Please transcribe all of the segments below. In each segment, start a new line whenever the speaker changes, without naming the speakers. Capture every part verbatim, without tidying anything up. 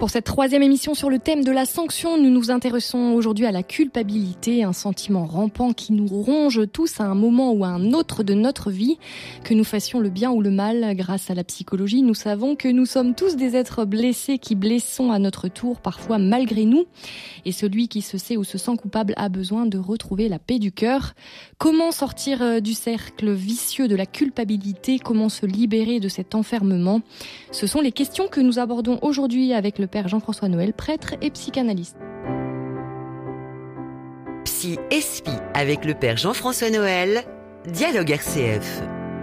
Pour cette troisième émission sur le thème de la sanction, nous nous intéressons aujourd'hui à la culpabilité, un sentiment rampant qui nous ronge tous à un moment ou à un autre de notre vie. Que nous fassions le bien ou le mal, grâce à la psychologie, nous savons que nous sommes tous des êtres blessés qui blessons à notre tour, parfois malgré nous. Et celui qui se sait ou se sent coupable a besoin de retrouver la paix du cœur. Comment sortir du cercle vicieux de la culpabilité? Comment se libérer de cet enfermement? Ce sont les questions que nous abordons aujourd'hui avec le père Jean-François Noël, prêtre et psychanalyste.
Psy et Spi avec le père Jean-François Noël, Dialogue R C F.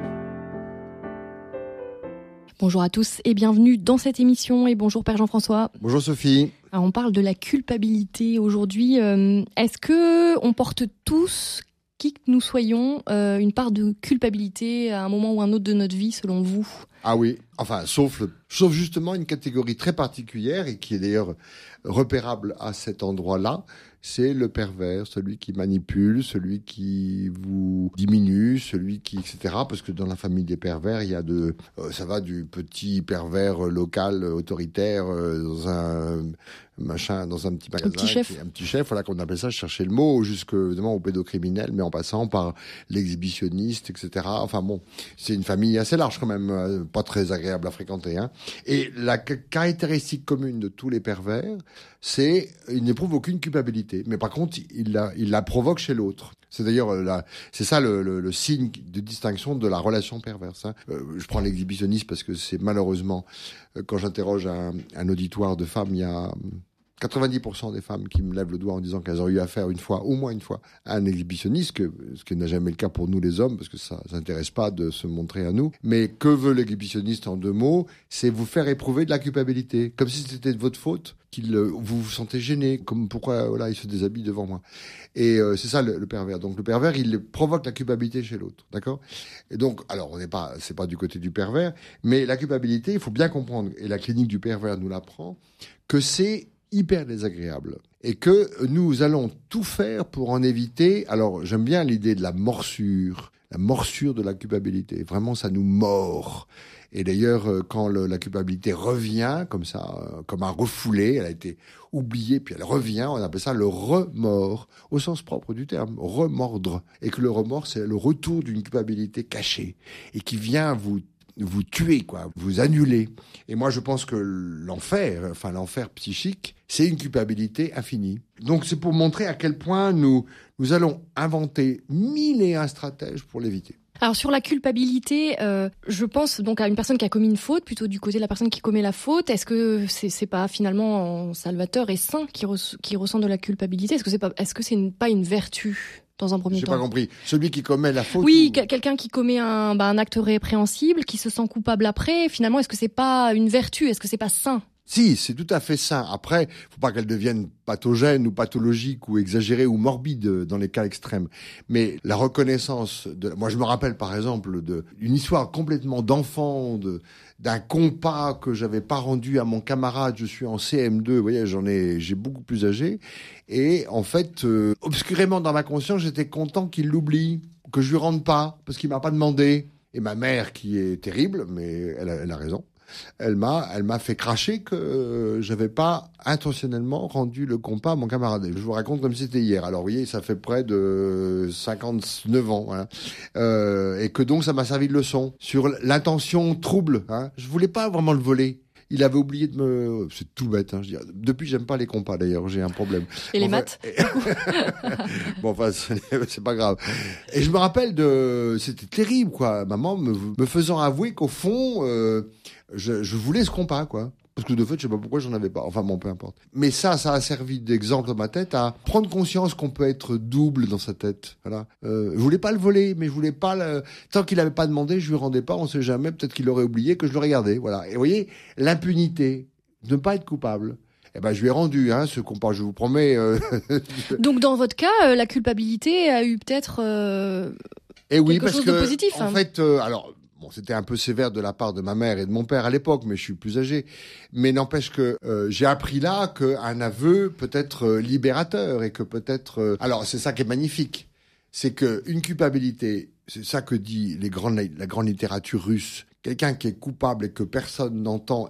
Bonjour à tous et bienvenue dans cette émission et bonjour père Jean-François.
Bonjour Sophie.
Alors on parle de la culpabilité aujourd'hui. Euh, est-ce que on porte tous, qui que nous soyons, euh, une part de culpabilité à un moment ou un autre de notre vie selon vous?
Ah oui, enfin, sauf, le, sauf justement une catégorie très particulière et qui est d'ailleurs repérable à cet endroit-là, c'est le pervers, celui qui manipule, celui qui vous diminue, celui qui, et cetera. Parce que dans la famille des pervers, il y a de, euh, ça va du petit pervers local, autoritaire, euh, dans un machin, dans un petit magasin,
un petit chef,
qui, un petit chef, voilà qu'on appelle ça, chercher le mot, jusque évidemment au pédocriminel, mais en passant par l'exhibitionniste, et cetera. Enfin bon, c'est une famille assez large quand même, euh, pas très agréable à fréquenter. Hein. Et la caractéristique commune de tous les pervers, c'est ils n'éprouvent aucune culpabilité, mais par contre, ils la, ils la provoquent chez l'autre. C'est d'ailleurs la, c'est ça le, le, le signe de distinction de la relation perverse. Hein. Euh, je prends l'exhibitionniste parce que c'est malheureusement, euh, quand j'interroge un, un auditoire de femmes, il y a quatre-vingt-dix pour cent des femmes qui me lèvent le doigt en disant qu'elles ont eu affaire une fois, au moins une fois, à un exhibitionniste, que, ce qui n'a jamais le cas pour nous les hommes, parce que ça s'intéresse pas de se montrer à nous. Mais que veut l'exhibitionniste en deux mots? C'est vous faire éprouver de la culpabilité, comme si c'était de votre faute, qu'il vous vous sentez gêné, comme pourquoi voilà il se déshabille devant moi. Et euh, c'est ça le, le pervers. Donc le pervers, il provoque la culpabilité chez l'autre, d'accord? Et donc, alors on n'est pas, c'est pas du côté du pervers, mais la culpabilité, il faut bien comprendre, et la clinique du pervers nous l'apprend, que c'est hyper désagréable et que nous allons tout faire pour en éviter. Alors j'aime bien l'idée de la morsure, la morsure de la culpabilité. Vraiment, ça nous mord. Et d'ailleurs, quand le, la culpabilité revient comme ça, comme un refoulé, elle a été oubliée puis elle revient, on appelle ça le remords au sens propre du terme, remordre. Et que le remords, c'est le retour d'une culpabilité cachée et qui vient vous vous tuer, quoi, vous annuler. Et moi, je pense que l'enfer, enfin l'enfer psychique, c'est une culpabilité infinie. Donc, c'est pour montrer à quel point nous, nous allons inventer mille et un stratèges pour l'éviter.
Alors sur la culpabilité, euh, je pense donc à une personne qui a commis une faute, plutôt du côté de la personne qui commet la faute. Est-ce que c'est, c'est pas finalement salvateur et saint qui, re, qui ressent de la culpabilité? Est-ce que c'est pas, est-ce que c'est une, pas une vertu? Dans un premier
J'ai
temps.
pas compris. Celui qui commet la faute.
Oui,
ou...
quelqu'un qui commet un, bah, un acte répréhensible, qui se sent coupable après. Finalement, est-ce que c'est pas une vertu? Est-ce que c'est pas sain?
Si, c'est tout à fait sain. Après, faut pas qu'elle devienne pathogène ou pathologique ou exagérée ou morbide dans les cas extrêmes. Mais la reconnaissance de, moi je me rappelle par exemple de une histoire complètement d'enfant, de d'un compas que j'avais pas rendu à mon camarade. Je suis en C M deux, vous voyez, j'en ai, j'ai beaucoup plus âgé. Et en fait, euh, obscurément dans ma conscience, j'étais content qu'il l'oublie, que je lui rende pas, parce qu'il m'a pas demandé. Et ma mère, qui est terrible, mais elle a, elle a raison. Elle m'a, elle m'a fait cracher que euh, j'avais pas intentionnellement rendu le compas à mon camarade. Je vous raconte comme si c'était hier. Alors, vous voyez, ça fait près de cinquante-neuf ans, hein. euh, et que donc ça m'a servi de leçon sur l'intention trouble. Hein. Je voulais pas vraiment le voler. Il avait oublié de me... C'est tout bête, hein, je dis. Depuis, j'aime pas les compas, d'ailleurs, j'ai un problème.
Et les
enfin,
maths
Bon, enfin, c'est pas grave. Et je me rappelle de... C'était terrible, quoi. Maman me, me faisant avouer qu'au fond, euh, je, je voulais ce compas, quoi. Parce que de fait, je sais pas pourquoi j'en avais pas. Enfin bon, peu importe. Mais ça, ça a servi d'exemple dans ma tête à prendre conscience qu'on peut être double dans sa tête. Voilà. Euh, je voulais pas le voler, mais je voulais pas le... Tant qu'il avait pas demandé, je lui rendais pas. On sait jamais. Peut-être qu'il aurait oublié que je le regardais. Voilà. Et vous voyez, l'impunité, ne pas être coupable. Eh ben, je lui ai rendu, hein, ce compas, je vous promets. Euh...
Donc, dans votre cas, euh, la culpabilité a eu peut-être euh,
Et oui,
quelque
parce
chose
que,
de positif.
En
hein.
fait, euh, alors. Bon, c'était un peu sévère de la part de ma mère et de mon père à l'époque, mais je suis plus âgé. Mais n'empêche que euh, j'ai appris là qu'un aveu peut être euh, libérateur et que peut-être... Euh... Alors, c'est ça qui est magnifique. C'est qu'une culpabilité, c'est ça que dit les grandes, la grande littérature russe, quelqu'un qui est coupable et que personne n'entend et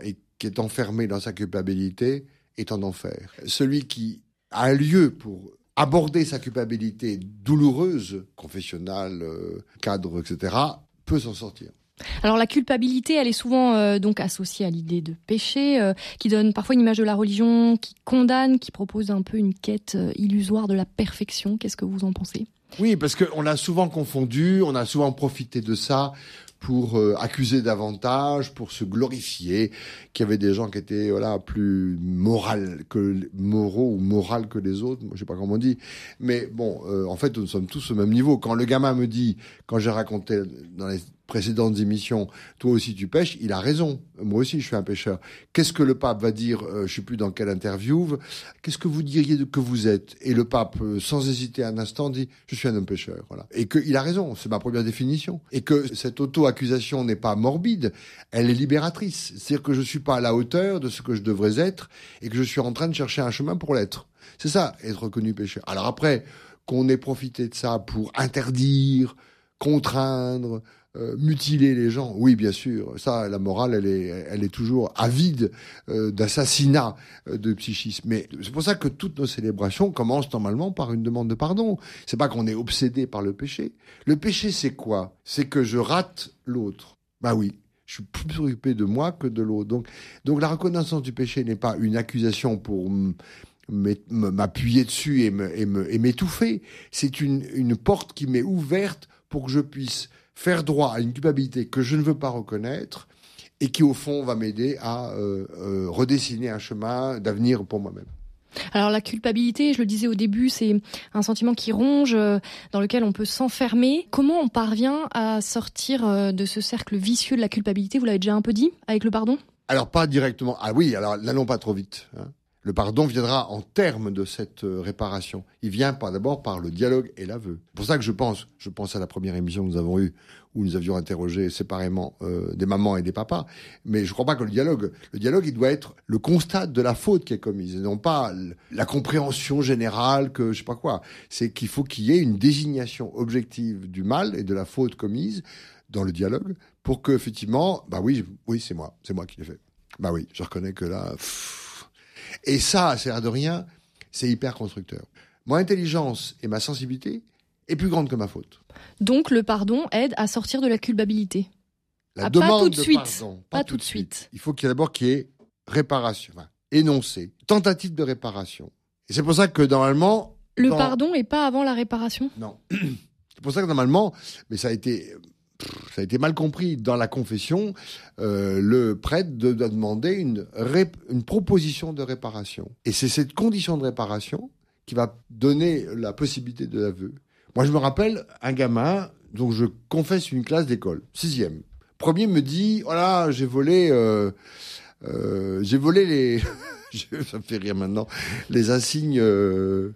qui est enfermé dans sa culpabilité est en enfer. Celui qui a un lieu pour aborder sa culpabilité douloureuse, confessionnelle, euh, cadre, et cetera, peut s'en sortir.
Alors la culpabilité, elle est souvent euh, donc associée à l'idée de péché, euh, qui donne parfois une image de la religion, qui condamne, qui propose un peu une quête euh, illusoire de la perfection. Qu'est-ce que vous en pensez ?
Oui, parce qu'on a souvent confondu, on a souvent profité de ça pour euh, accuser davantage, pour se glorifier, qu'il y avait des gens qui étaient voilà plus moral que moraux ou moral que les autres, moi je sais pas comment on dit, mais bon, euh, en fait nous sommes tous au même niveau. Quand le gamin me dit, quand j'ai raconté dans les précédentes émissions, toi aussi tu pêches, il a raison. Moi aussi je suis un pêcheur. Qu'est-ce que le pape va dire, euh, je sais plus dans quelle interview, qu'est-ce que vous diriez de que vous êtes ? Et le pape, euh, sans hésiter un instant, dit, je suis un homme pêcheur. Voilà. Et qu'il a raison, c'est ma première définition. Et que cette auto-accusation n'est pas morbide, elle est libératrice. C'est-à-dire que je suis pas à la hauteur de ce que je devrais être et que je suis en train de chercher un chemin pour l'être. C'est ça, être reconnu pécheur. Alors après, qu'on ait profité de ça pour interdire, contraindre, Euh, mutiler les gens, oui, bien sûr. Ça, la morale, elle est, elle est toujours avide euh, d'assassinat, euh, de psychisme. Mais c'est pour ça que toutes nos célébrations commencent normalement par une demande de pardon. C'est pas qu'on est obsédé par le péché. Le péché, c'est quoi ? C'est que je rate l'autre. Bah oui. Je suis plus préoccupé de moi que de l'autre. Donc, donc la reconnaissance du péché n'est pas une accusation pour m- m'appuyer dessus et, me, et, me, et m'étouffer. C'est une, une porte qui m'est ouverte pour que je puisse faire droit à une culpabilité que je ne veux pas reconnaître et qui, au fond, va m'aider à euh, euh, redessiner un chemin d'avenir pour moi-même.
Alors la culpabilité, je le disais au début, c'est un sentiment qui ronge, euh, dans lequel on peut s'enfermer. Comment on parvient à sortir euh, de ce cercle vicieux de la culpabilité ? Vous l'avez déjà un peu dit, avec le pardon ?
Alors, pas directement. Ah oui, alors n'allons pas trop vite, hein. Le pardon viendra en termes de cette euh, réparation. Il vient par, d'abord par le dialogue et l'aveu. C'est pour ça que je pense, je pense à la première émission que nous avons eue, où nous avions interrogé séparément euh, des mamans et des papas. Mais je ne crois pas que le dialogue, le dialogue, il doit être le constat de la faute qui est commise, et non pas la compréhension générale que je sais pas quoi. C'est qu'il faut qu'il y ait une désignation objective du mal et de la faute commise dans le dialogue pour que effectivement, bah oui, oui, c'est moi, c'est moi qui l'ai fait. Bah oui, je reconnais que là. Pff, Et ça, c'est l'air de rien, c'est hyper constructeur. Mon intelligence et ma sensibilité est plus grande que ma faute.
Donc le pardon aide à sortir de la culpabilité.
La
ah,
demande
pas tout de,
de
suite.
pardon,
pas, pas tout de suite.
suite. Il faut qu'il y ait d'abord qu'il y ait réparation, enfin, énoncé, tentative de réparation. Et c'est pour ça que normalement...
Le
dans...
pardon est pas avant la réparation ?
Non. C'est pour ça que normalement, mais ça a été... Ça a été mal compris dans la confession, euh, le prêtre doit demander une, ré, une proposition de réparation. Et c'est cette condition de réparation qui va donner la possibilité de l'aveu. Moi, je me rappelle un gamin, donc je confesse une classe d'école, sixième. Premier me dit, voilà, j'ai volé, euh, euh, j'ai volé les, ça me fait rire maintenant, les insignes euh,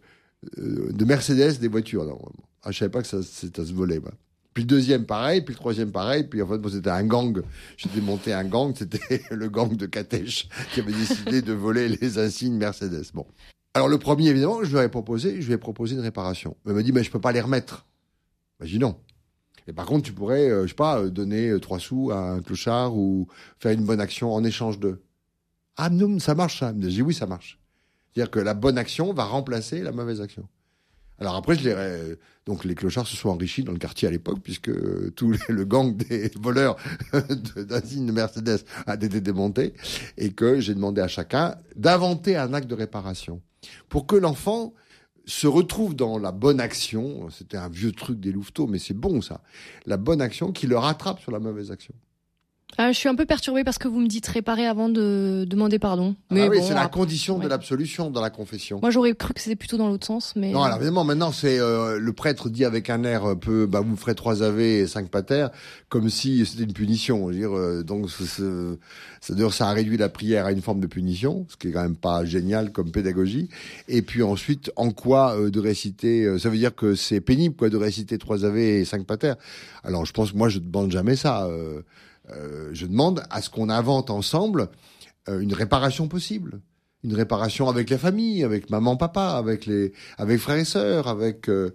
de Mercedes des voitures. Non, ah, je savais pas que ça, c'était à se voler. Bah. Puis le deuxième, pareil. Puis le troisième, pareil. Puis en fait, bon, c'était un gang. J'ai démonté un gang. C'était le gang de Katech qui avait décidé de voler les insignes Mercedes. Bon. Alors le premier, évidemment, je lui ai proposé, je lui ai proposé une réparation. Il m'a dit, mais je peux pas les remettre. Ben, j'ai dit non. Et par contre, tu pourrais, euh, je sais pas, donner euh, trois sous à un clochard ou faire une bonne action en échange d'eux. Ah non, ça marche ça. J'ai dit oui, ça marche. C'est-à-dire que la bonne action va remplacer la mauvaise action. Alors après, je les, donc les clochards se sont enrichis dans le quartier à l'époque, puisque euh, tout les, le gang des voleurs d'insignes de Mercedes a été démonté, et que j'ai demandé à chacun d'inventer un acte de réparation pour que l'enfant se retrouve dans la bonne action. C'était un vieux truc des louveteaux, mais c'est bon ça. La bonne action qui le rattrape sur la mauvaise action.
Ah, je suis un peu perturbée parce que vous me dites réparer avant de demander pardon.
Mais ah oui,
bon,
c'est la
après,
condition
ouais.
de l'absolution dans la confession.
Moi, j'aurais cru que c'était plutôt dans l'autre sens, mais...
Non, alors évidemment, maintenant, c'est euh, le prêtre dit avec un air un peu, bah, vous me ferez trois ave et cinq pater, comme si c'était une punition. Je veux dire, euh, donc, c'est, c'est, d'ailleurs, ça a réduit la prière à une forme de punition, ce qui est quand même pas génial comme pédagogie. Et puis ensuite, en quoi euh, de réciter, euh, ça veut dire que c'est pénible, quoi, de réciter trois ave et cinq pater. Alors, je pense que moi, je ne demande jamais ça. Euh, Euh, je demande à ce qu'on invente ensemble euh, une réparation possible, une réparation avec la famille, avec maman, papa, avec les, avec frères et sœurs, avec. Euh,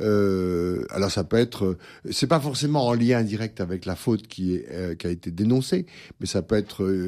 euh, alors ça peut être, euh, c'est pas forcément en lien direct avec la faute qui est, euh, qui a été dénoncée, mais ça peut être. Euh,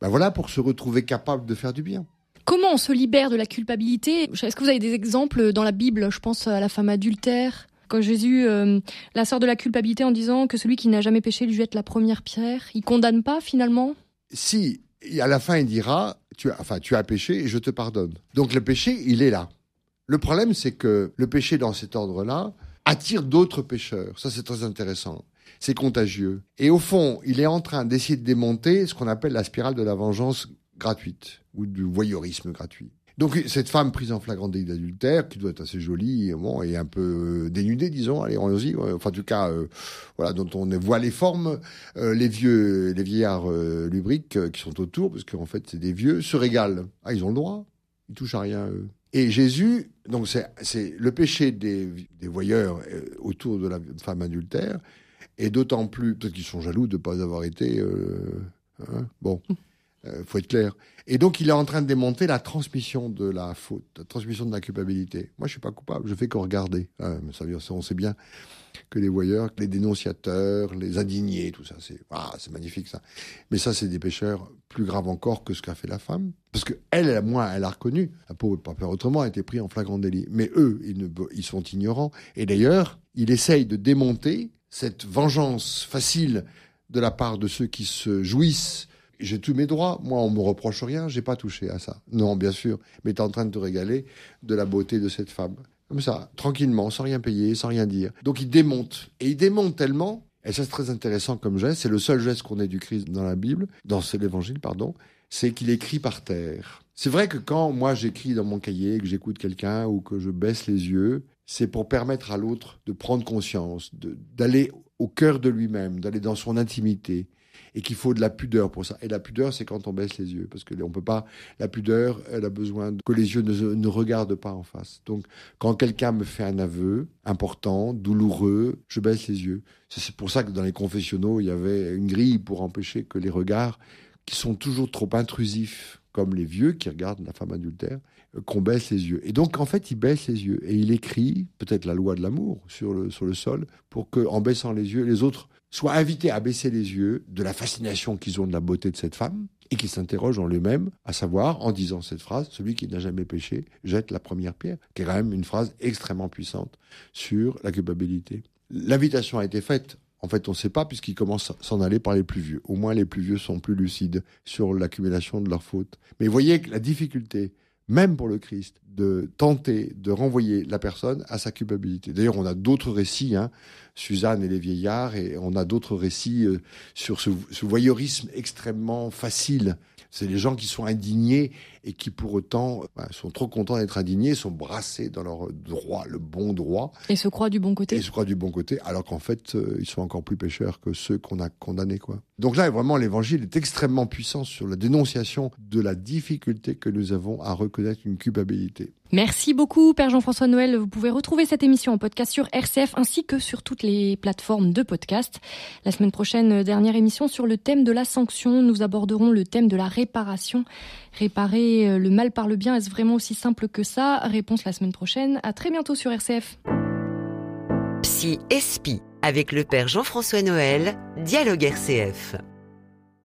Ben voilà, pour se retrouver capable de faire du bien.
Comment on se libère de la culpabilité ? Est-ce que vous avez des exemples dans la Bible ? Je pense à la femme adultère. Quand Jésus euh, la sort de la culpabilité en disant que celui qui n'a jamais péché lui jette la première pierre, il condamne pas finalement ?
Si, à la fin il dira, tu as, enfin tu as péché et je te pardonne. Donc le péché, il est là. Le problème, c'est que le péché dans cet ordre-là attire d'autres pécheurs. Ça, c'est très intéressant. C'est contagieux. Et au fond, il est en train d'essayer de démonter ce qu'on appelle la spirale de la vengeance gratuite ou du voyeurisme gratuit. Donc cette femme prise en flagrant délit d'adultère, qui doit être assez jolie, bon, et un peu dénudée, disons, allez, allons-y, enfin en tout cas, euh, voilà, dont on voit les formes, euh, les vieux, les vieillards euh, lubriques euh, qui sont autour, parce qu'en fait c'est des vieux, se régalent. Ah, ils ont le droit, ils touchent à rien, eux. Et Jésus, donc c'est, c'est le péché des, des voyeurs euh, autour de la femme adultère, et d'autant plus, peut-être qu'ils sont jaloux de ne pas avoir été, euh, hein, bon. Euh, faut être clair. Et donc, il est en train de démonter la transmission de la faute, la transmission de la culpabilité. Moi, je suis pas coupable, je fais que regarder. Ah, mais ça veut dire, on sait bien que les voyeurs, les dénonciateurs, les indignés, tout ça, c'est, ah, c'est magnifique ça. Mais ça, c'est des pécheurs plus graves encore que ce qu'a fait la femme. Parce que elle, elle, moi, elle a reconnu. La pauvre, pas faire autrement, a été prise en flagrant délit. Mais eux, ils, ne, ils sont ignorants. Et d'ailleurs, il essaye de démonter cette vengeance facile de la part de ceux qui se jouissent. J'ai tous mes droits. Moi, on me reproche rien. J'ai pas touché à ça. Non, bien sûr. Mais t'es en train de te régaler de la beauté de cette femme. Comme ça, tranquillement, sans rien payer, sans rien dire. Donc, il démonte. Et il démonte tellement, et ça, c'est très intéressant comme geste. C'est le seul geste qu'on ait du Christ dans la Bible, dans l'évangile, pardon. C'est qu'il écrit par terre. C'est vrai que quand moi, j'écris dans mon cahier, que j'écoute quelqu'un ou que je baisse les yeux, c'est pour permettre à l'autre de prendre conscience, de, d'aller au cœur de lui-même, d'aller dans son intimité. Et qu'il faut de la pudeur pour ça. Et la pudeur, c'est quand on baisse les yeux. Parce que on peut pas, la pudeur, elle a besoin que les yeux ne, ne regardent pas en face. Donc, quand quelqu'un me fait un aveu important, douloureux, je baisse les yeux. C'est pour ça que dans les confessionnaux, il y avait une grille pour empêcher que les regards, qui sont toujours trop intrusifs, comme les vieux qui regardent la femme adultère, qu'on baisse les yeux. Et donc, en fait, il baisse les yeux. Et il écrit, peut-être la loi de l'amour, sur le, sur le sol, pour qu'en baissant les yeux, les autres soient invités à baisser les yeux de la fascination qu'ils ont de la beauté de cette femme et qu'ils s'interrogent en eux-mêmes, à savoir, en disant cette phrase, celui qui n'a jamais péché jette la première pierre, qui est quand même une phrase extrêmement puissante sur la culpabilité. L'invitation a été faite. En fait, on ne sait pas, puisqu'il commence à s'en aller par les plus vieux. Au moins, les plus vieux sont plus lucides sur l'accumulation de leurs fautes. Mais voyez que la difficulté, même pour le Christ, de tenter de renvoyer la personne à sa culpabilité. D'ailleurs, on a d'autres récits, hein, Suzanne et les vieillards, et on a d'autres récits euh, sur ce, ce voyeurisme extrêmement facile. C'est les gens qui sont indignés et qui, pour autant, bah, sont trop contents d'être indignés, sont brassés dans leur droit, le bon droit.
Et se croient du bon côté.
Et se croient du bon côté, alors qu'en fait, euh, ils sont encore plus pécheurs que ceux qu'on a condamnés, quoi. Donc là, vraiment, l'évangile est extrêmement puissant sur la dénonciation de la difficulté que nous avons à reconnaître une culpabilité.
Merci beaucoup, Père Jean-François Noël. Vous pouvez retrouver cette émission en podcast sur R C F ainsi que sur toutes les plateformes de podcast. La semaine prochaine, dernière émission sur le thème de la sanction. Nous aborderons le thème de la réparation. Réparer le mal par le bien, est-ce vraiment aussi simple que ça ? Réponse la semaine prochaine. À très bientôt sur R C F.
Psy et Spi avec le Père Jean-François Noël, Dialogue R C F.